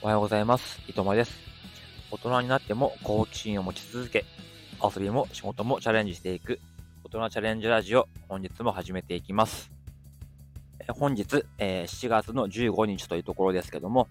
おはようございます。いとまです。大人になっても好奇心を持ち続け、遊びも仕事もチャレンジしていく大人チャレンジラジオ、本日も始めていきます。本日、7月の15日というところですけども、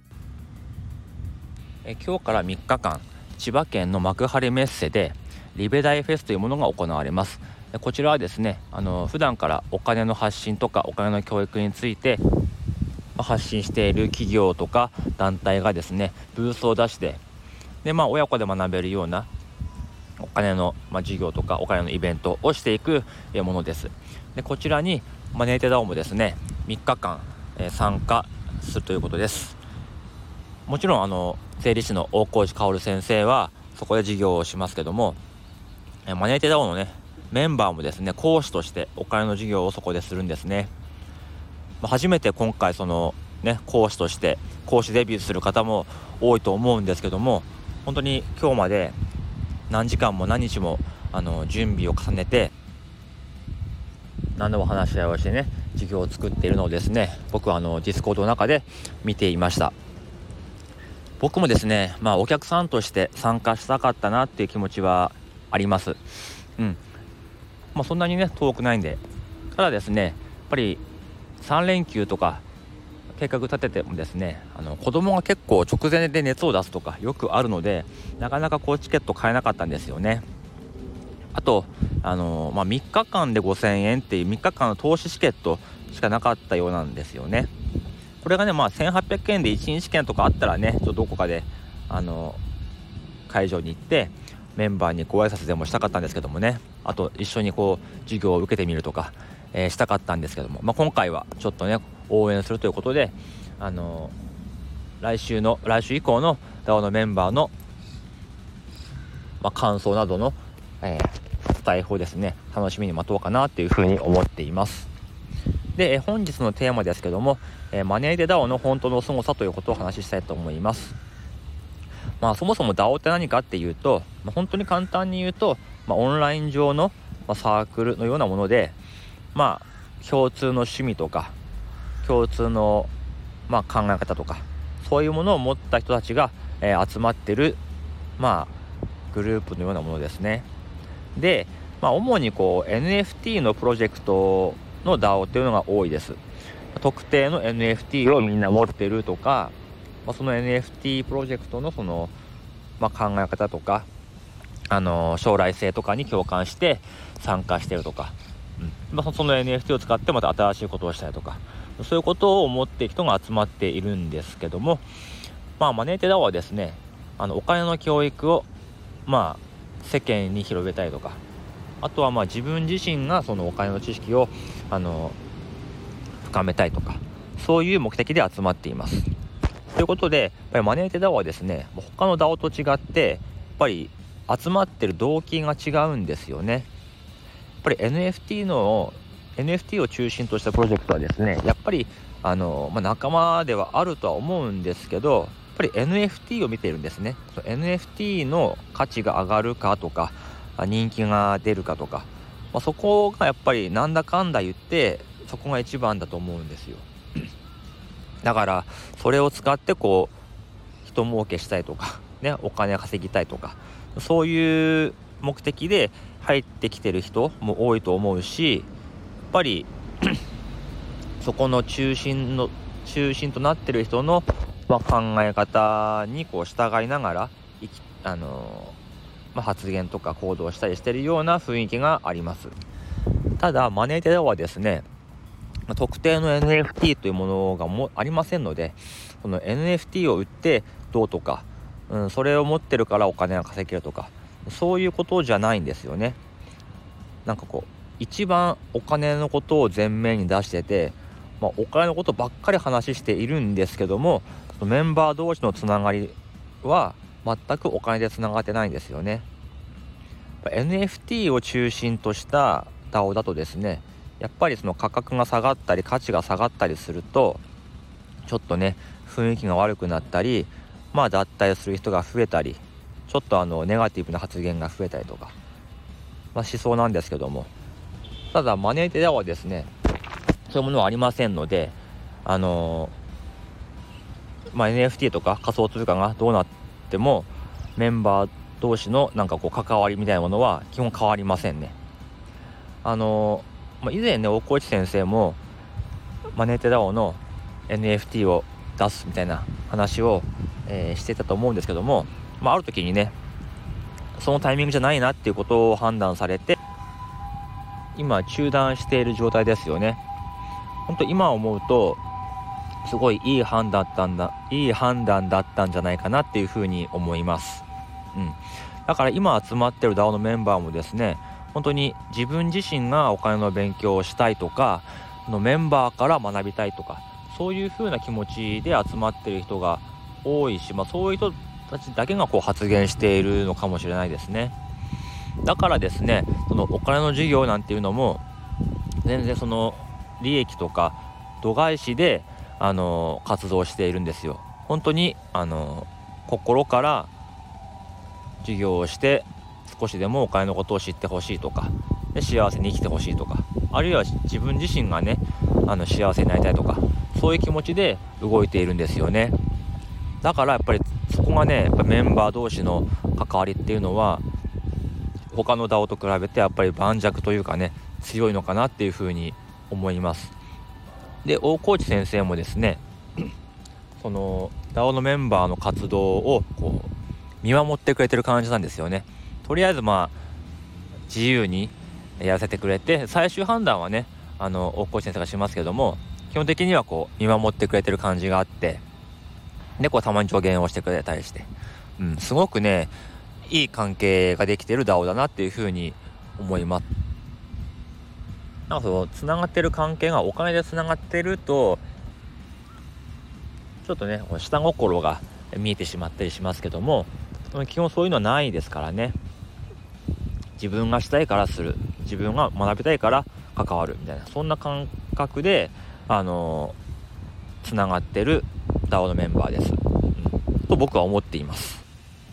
今日から3日間、千葉県の幕張メッセでリベ大フェスというものが行われます。こちらはですね、普段からお金の発信とかお金の教育について発信している企業とか団体がですね、ブースを出して、で親子で学べるようなお金の、授業とかお金のイベントをしていくものです。でこちらにマネーテダオもですね、3日間、参加するということです。もちろん税理士の大河内薫先生はそこで授業をしますけども、マネーテダオのねメンバーもですね、講師としてお金の授業をそこでするんですね。初めて今回講師として講師デビューする方も多いと思うんですけども、本当に今日まで何時間も何日も準備を重ねて何度も話し合いをしてね、授業を作っているのをですね、僕はディスコードの中で見ていました。僕もですね、お客さんとして参加したかったなっていう気持ちはあります。そんなにね遠くないんで。ただですね、やっぱり3連休とか計画立ててもですね、子供が結構直前で熱を出すとかよくあるので、なかなかチケット買えなかったんですよね。あと3日間で5000円っていう3日間の投資チケットしかなかったようなんですよね。これがね1800円で1日券とかあったらね、どこかで会場に行ってメンバーにご挨拶でもしたかったんですけどもね、あと一緒に授業を受けてみるとか、したかったんですけども、今回はちょっとね応援するということで、来週以降の DAO のメンバーの、感想などの、スタイフをですね楽しみに待とうかなというふうに思っています。で、本日のテーマですけども、マネーで DAO の本当の凄さということをお話ししたいと思います。そもそも DAO って何かっていうと、本当に簡単に言うと、オンライン上の、サークルのようなもので、共通の趣味とか共通の、考え方とかそういうものを持った人たちが、集まってる、グループのようなものですね。で、主にNFT のプロジェクトの DAO っていうのが多いです。特定の NFT をみんな持ってるとか、その NFT プロジェクトの考え方とか将来性とかに共感して参加してるとか、その NFT を使ってまた新しいことをしたりとか、そういうことを思っている人が集まっているんですけども、マネーテダオはですね、お金の教育を世間に広げたいとか、あとは自分自身がそのお金の知識を深めたいとか、そういう目的で集まっています。ということで、やっぱりマネーテダオはですね、他の DAO と違ってやっぱり集まってる動機が違うんですよね。やっぱり NFT を中心としたプロジェクトはですね、やっぱり仲間ではあるとは思うんですけど、やっぱり NFT を見ているんですね。NFT の価値が上がるかとか人気が出るかとか、そこがやっぱりなんだかんだ言ってそこが一番だと思うんですよ。だからそれを使って人儲けしたいとかね、お金稼ぎたいとか、そういう目的で入ってきてる人も多いと思うし、やっぱりそこの中心となってる人の、考え方に従いながら発言とか行動したりしてるような雰囲気があります。ただマネーテダオはですね、特定の NFT というものがありませんので、この NFT を売ってどうとか、それを持ってるからお金が稼げるとか、そういうことじゃないんですよね。一番お金のことを前面に出してて、お金のことばっかり話しているんですけども、メンバー同士のつながりは全くお金でつながってないんですよね。NFT を中心とした DAO だとですね、やっぱりその価格が下がったり価値が下がったりすると、ちょっとね雰囲気が悪くなったり、脱退する人が増えたり、ちょっとネガティブな発言が増えたりとか、しそうなんですけども、ただマネーテダオはですね、そういうものはありませんので、 NFT とか仮想通貨がどうなってもメンバー同士のなんかこう関わりみたいなものは基本変わりませんね。以前ね大河内先生もマネーテ DAO の NFT を出すみたいな話を、してたと思うんですけども、ある時にねそのタイミングじゃないなっていうことを判断されて今中断している状態ですよね。本当今思うとすごいいい判断だったんじゃないかなっていうふうに思います。だから今集まってる DAO のメンバーもですね本当に自分自身がお金の勉強をしたいとかのメンバーから学びたいとかそういう風な気持ちで集まってる人が多いし、そういう人たちだけがこう発言しているのかもしれないですね。だからですねそのお金の授業なんていうのも全然その利益とか度外視で活動しているんですよ。本当に心から授業をして少しでもお金のことを知ってほしいとかで幸せに生きてほしいとかあるいは自分自身がね幸せになりたいとかそういう気持ちで動いているんですよね。だからやっぱりそこがねやっぱメンバー同士の関わりっていうのは他の DAO と比べてやっぱり盤石というかね強いのかなっていうふうに思います。で大河内先生もですねその DAO のメンバーの活動をこう見守ってくれてる感じなんですよね。とりあえず自由にやらせてくれて最終判断はね大河内先生がしますけども基本的にはこう見守ってくれてる感じがあってでこうたまに助言をしてくれたりして、すごくねいい関係ができてる DAO だなっていうふうに思います。なんかそのつながってる関係がお金でつながってるとちょっとね下心が見えてしまったりしますけども基本そういうのはないですからね。自分がしたいからする自分が学びたいから関わるみたいなそんな感覚でつながってる DAO のメンバーです、と僕は思っています。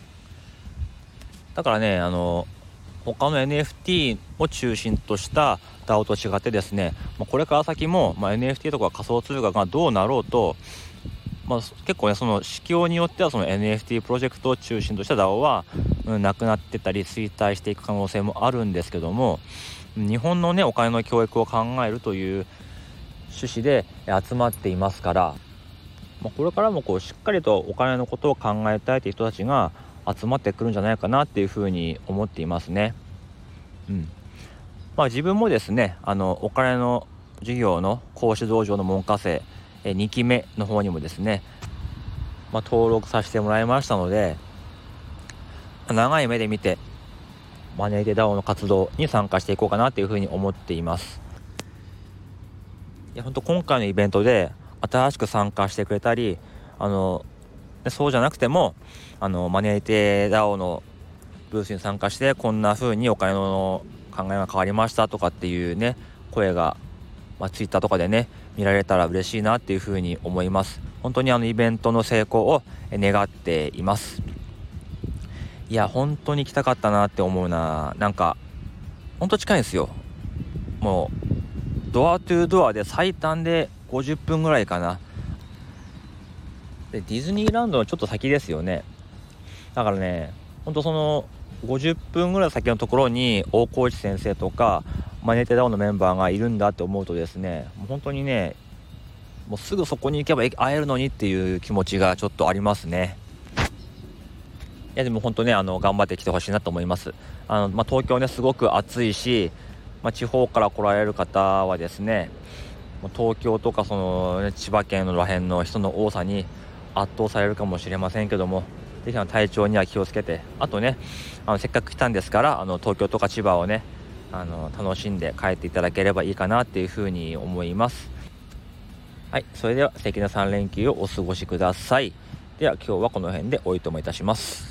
だからね他の NFT を中心とした DAO と違ってですね、これから先も、NFT とか仮想通貨がどうなろうと、結構ねその市況によってはその NFT プロジェクトを中心とした DAO は、なくなってたり衰退していく可能性もあるんですけども日本のねお金の教育を考えるという趣旨で集まっていますから、これからもこうしっかりとお金のことを考えたいという人たちが集まってくるんじゃないかなっていうふうに思っていますね。自分もですねお金の授業の講師道場の門下生2期目の方にもですね、登録させてもらいましたので長い目で見てマネーテ DAO の活動に参加していこうかなというふうに思っています。本当今回のイベントで新しく参加してくれたりそうじゃなくてもマネーテ DAO のブースに参加してこんな風にお金の考えが変わりましたとかっていうね声が、ツイッターとかでね見られたら嬉しいなっていう風に思います。本当にイベントの成功を願っています。いや本当に来たかったなって思うな。なんか本当近いんですよ。もうドアトゥードアで最短で50分ぐらいかな。でディズニーランドのちょっと先ですよね。だからね本当その50分ぐらい先のところに大河内先生とかマネーテ DAO のメンバーがいるんだって思うとですねもう本当にねもうすぐそこに行けば会えるのにっていう気持ちがちょっとありますね。いやでも本当ね頑張ってきてほしいなと思います。東京ねすごく暑いし、地方から来られる方はですね東京とかその、千葉県のら辺の人の多さに圧倒されるかもしれませんけどもぜひ体調には気をつけてあとねせっかく来たんですから東京とか千葉をね楽しんで帰っていただければいいかなっていうふうに思います。はい、それでは素敵な3連休をお過ごしください。では今日はこの辺でおいともいたします。